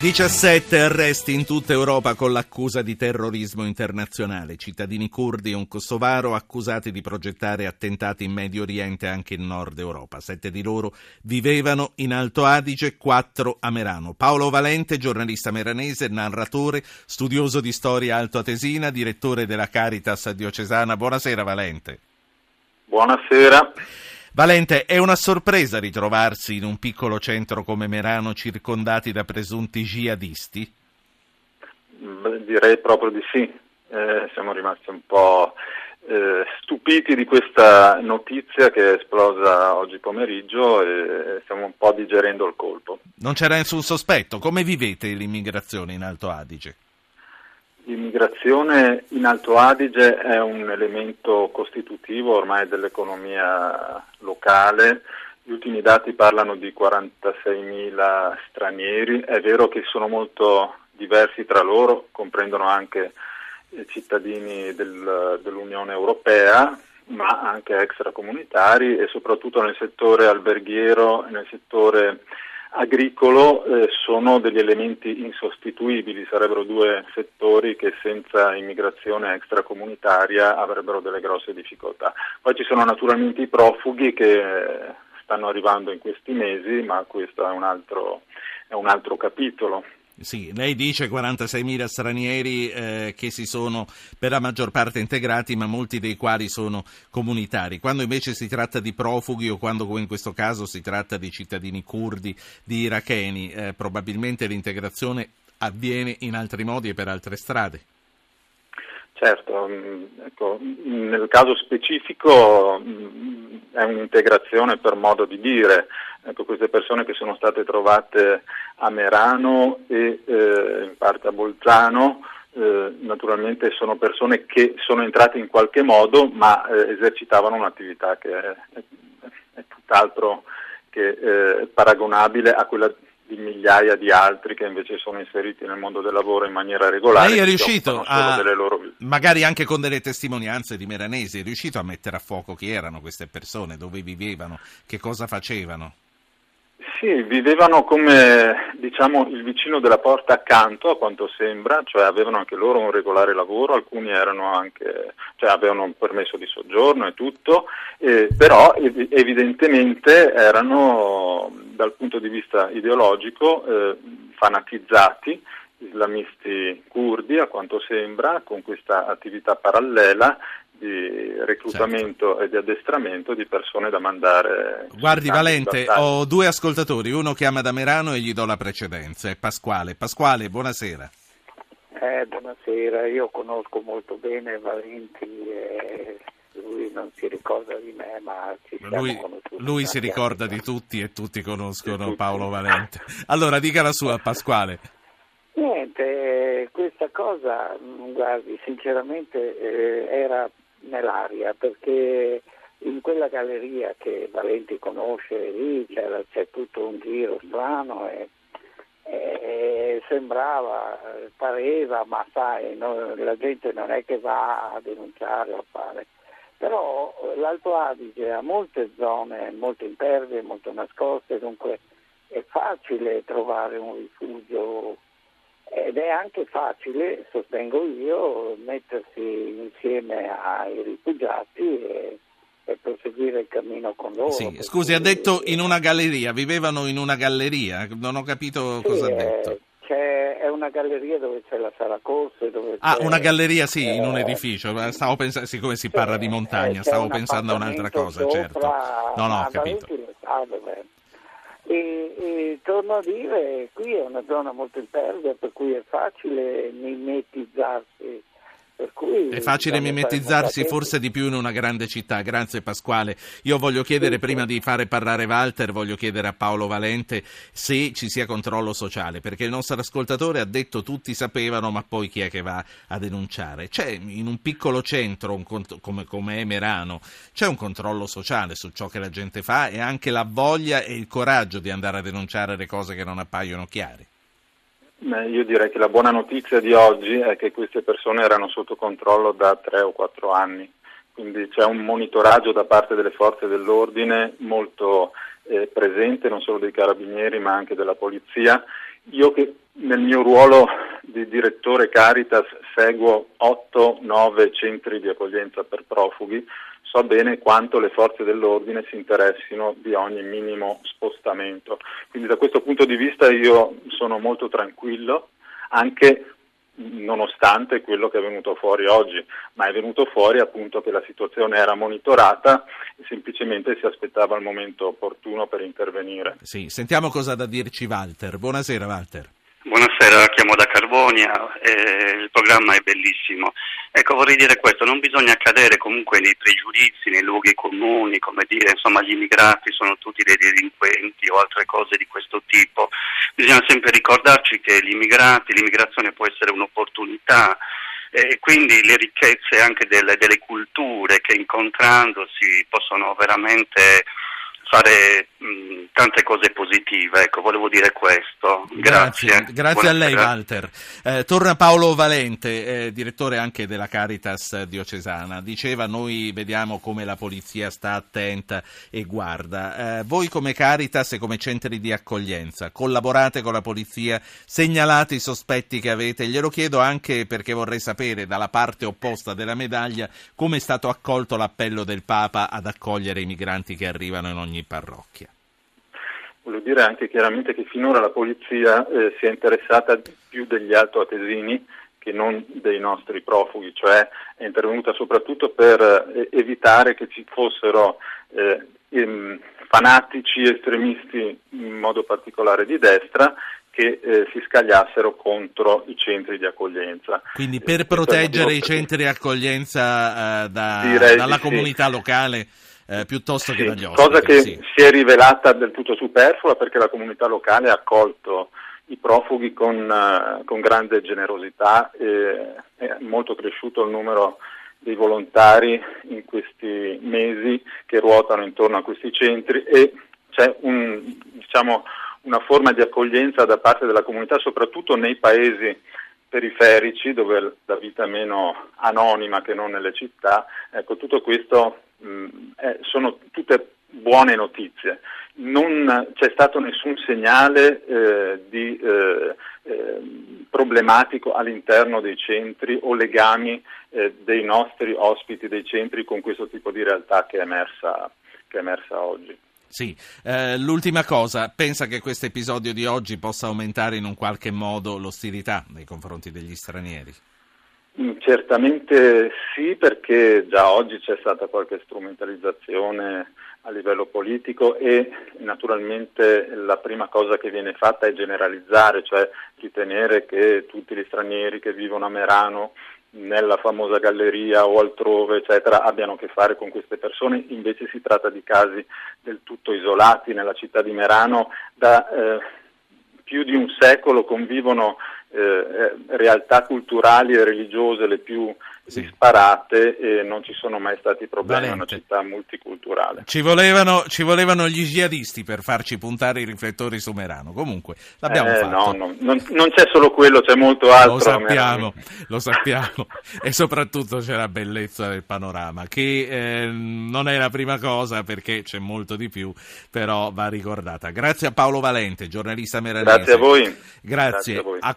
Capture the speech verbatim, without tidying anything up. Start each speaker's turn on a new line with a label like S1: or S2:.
S1: diciassette arresti in tutta Europa con l'accusa di terrorismo internazionale. Cittadini curdi e un kosovaro accusati di progettare attentati in Medio Oriente e anche in Nord Europa. Sette di loro vivevano in Alto Adige, quattro a Merano. Paolo Valente, giornalista meranese, narratore, studioso di storia altoatesina, direttore della Caritas diocesana. Buonasera Valente.
S2: Buonasera.
S1: Valente, è una sorpresa ritrovarsi in un piccolo centro come Merano circondati da presunti jihadisti?
S2: Beh, direi proprio di sì. Eh, siamo rimasti un po' eh, stupiti di questa notizia che è esplosa oggi pomeriggio e stiamo un po' digerendo il colpo.
S1: Non c'era nessun sospetto. Come vivete l'immigrazione in Alto Adige?
S2: L'immigrazione in Alto Adige è un elemento costitutivo ormai dell'economia locale. Gli ultimi dati parlano di quarantaseimila stranieri. È vero che sono molto diversi tra loro, comprendono anche cittadini del, dell'Unione Europea, ma anche extracomunitari e soprattutto nel settore alberghiero e nel settore agricolo eh, sono degli elementi insostituibili, sarebbero due settori che senza immigrazione extracomunitaria avrebbero delle grosse difficoltà. Poi ci sono naturalmente i profughi che stanno arrivando in questi mesi, ma questo è un altro, è un altro capitolo.
S1: Sì, lei dice quarantaseimila stranieri eh, che si sono per la maggior parte integrati, ma molti dei quali sono comunitari. Quando invece si tratta di profughi o quando, come in questo caso, si tratta di cittadini curdi, di iracheni, eh, probabilmente l'integrazione avviene in altri modi e per altre strade.
S2: Certo, ecco, nel caso specifico è un'integrazione per modo di dire. Ecco, queste persone che sono state trovate a Merano e eh, in parte a Bolzano, eh, naturalmente sono persone che sono entrate in qualche modo, ma eh, esercitavano un'attività che è, è, è tutt'altro che eh, paragonabile a quella di migliaia di altri che invece sono inseriti nel mondo del lavoro in maniera regolare.
S1: Lei è riuscito a,
S2: delle loro...
S1: magari anche con delle testimonianze di meranesi, è riuscito a mettere a fuoco chi erano queste persone, dove vivevano, che cosa facevano?
S2: Sì, vivevano come, diciamo, il vicino della porta accanto, a quanto sembra, cioè avevano anche loro un regolare lavoro, alcuni erano anche, cioè avevano un permesso di soggiorno e tutto, eh, però ev- evidentemente erano dal punto di vista ideologico eh, fanatizzati, islamisti curdi, a quanto sembra, con questa attività parallela di reclutamento, certo, e di addestramento di persone da mandare.
S1: Guardi Valente, ho due ascoltatori, uno chiama da Merano e gli do la precedenza, è Pasquale. Pasquale, buonasera.
S3: Eh, buonasera, io conosco molto bene Valenti e lui non si ricorda di me, ma ci siamo
S1: lui,
S3: conosciuti.
S1: Lui si ricorda di tutti e tutti conoscono tutti. Paolo Valente. Allora, dica la sua, Pasquale.
S3: Niente, questa cosa, guardi, sinceramente eh, era nell'aria, perché in quella galleria che Valenti conosce lì c'era, c'è tutto un giro strano e, e sembrava, pareva, ma sai, no, la gente non è che va a denunciare o a fare, però l'Alto Adige ha molte zone molto impervie, molto nascoste, dunque è facile trovare un rifugio. Ed è anche facile, sostengo io, mettersi insieme ai rifugiati e, e proseguire il cammino con loro.
S1: Sì, scusi, ha detto in una galleria, vivevano in una galleria, non ho capito
S3: sì,
S1: cosa ha detto.
S3: C'è, è una galleria dove c'è la sala corse. Dove
S1: ah,
S3: c'è,
S1: una galleria, sì,
S3: eh,
S1: in un edificio, stavo pensando, siccome si parla di montagna,
S3: eh,
S1: stavo pensando a un'altra cosa,
S3: sopra,
S1: certo. No, no, ho capito.
S3: E, e torno a dire, qui è una zona molto impervia, per cui è facile mimetizzarsi. Per cui
S1: è facile mimetizzarsi forse di più in una grande città. Grazie Pasquale. Io voglio chiedere, sì, prima di fare parlare Walter, voglio chiedere a Paolo Valente se ci sia controllo sociale, perché il nostro ascoltatore ha detto tutti sapevano, ma poi chi è che va a denunciare? C'è in un piccolo centro un cont- come, come è Merano, c'è un controllo sociale su ciò che la gente fa e anche la voglia e il coraggio di andare a denunciare le cose che non appaiono chiare?
S2: Beh, io direi che la buona notizia di oggi è che queste persone erano sotto controllo da tre o quattro anni, quindi c'è un monitoraggio da parte delle forze dell'ordine molto eh, presente, non solo dei carabinieri ma anche della polizia. Io che nel mio ruolo di direttore Caritas seguo otto nove centri di accoglienza per profughi, so bene quanto le forze dell'ordine si interessino di ogni minimo spostamento. Quindi da questo punto di vista io sono molto tranquillo, anche nonostante quello che è venuto fuori oggi, ma è venuto fuori appunto che la situazione era monitorata e semplicemente si aspettava il momento opportuno per intervenire.
S1: Sì, sentiamo cosa ha da dirci Walter. Buonasera Walter.
S4: Buonasera, chiamo da Carbonia, eh, il programma è bellissimo. Ecco, vorrei dire questo, non bisogna cadere comunque nei pregiudizi, nei luoghi comuni, come dire, insomma, gli immigrati sono tutti dei delinquenti o altre cose di questo tipo. Bisogna sempre ricordarci che gli immigrati, l'immigrazione può essere un'opportunità, e quindi le ricchezze anche delle, delle culture che incontrandosi possono veramente fare mh, tante cose positive, ecco, volevo dire questo. Grazie.
S1: Grazie, grazie a lei Walter. Eh, torna Paolo Valente, eh, direttore anche della Caritas diocesana. Diceva, noi vediamo come la polizia sta attenta e guarda. Eh, voi come Caritas e come centri di accoglienza collaborate con la polizia, segnalate i sospetti che avete? Glielo chiedo anche perché vorrei sapere dalla parte opposta della medaglia come è stato accolto l'appello del Papa ad accogliere i migranti che arrivano in ogni parrocchia.
S2: Voglio dire anche chiaramente che finora la polizia eh, si è interessata più degli altoatesini che non dei nostri profughi, cioè è intervenuta soprattutto per eh, evitare che ci fossero eh, ehm, fanatici estremisti, in modo particolare di destra, che eh, si scagliassero contro i centri di accoglienza.
S1: Quindi per eh, proteggere i centri di accoglienza eh, da, dalla comunità sì. locale Eh, piuttosto
S2: sì,
S1: che dagli ospiti.
S2: Cosa che
S1: sì.
S2: si è rivelata del tutto superflua, perché la comunità locale ha accolto i profughi con, uh, con grande generosità e è molto cresciuto il numero dei volontari in questi mesi che ruotano intorno a questi centri e c'è un, diciamo, una forma di accoglienza da parte della comunità, soprattutto nei paesi periferici dove la vita è meno anonima che non nelle città. Ecco, tutto questo mh, è, sono tutte buone notizie. Non c'è stato nessun segnale eh, di eh, eh, problematico all'interno dei centri o legami eh, dei nostri ospiti dei centri con questo tipo di realtà che è emersa, che è emersa oggi.
S1: Sì, eh, l'ultima cosa, pensa che questo episodio di oggi possa aumentare in un qualche modo l'ostilità nei confronti degli stranieri?
S2: Certamente sì, perché già oggi c'è stata qualche strumentalizzazione a livello politico e naturalmente la prima cosa che viene fatta è generalizzare, cioè ritenere che tutti gli stranieri che vivono a Merano, nella famosa galleria o altrove, eccetera, abbiano a che fare con queste persone. Invece si tratta di casi del tutto isolati. Nella città di Merano da eh, più di un secolo convivono eh, realtà culturali e religiose le più sì. disparate e non ci sono mai stati problemi. Valente. È una città multiculturale.
S1: Ci volevano, ci volevano gli jihadisti per farci puntare i riflettori su Merano. Comunque l'abbiamo
S2: eh,
S1: fatto.
S2: No, no, non, non c'è solo quello, c'è molto altro.
S1: Lo sappiamo, lo sappiamo. E soprattutto c'è la bellezza del panorama, che eh, non è la prima cosa perché c'è molto di più, però va ricordata. Grazie a Paolo Valente, giornalista meranese.
S2: Grazie a voi.
S1: Grazie. Grazie a voi. A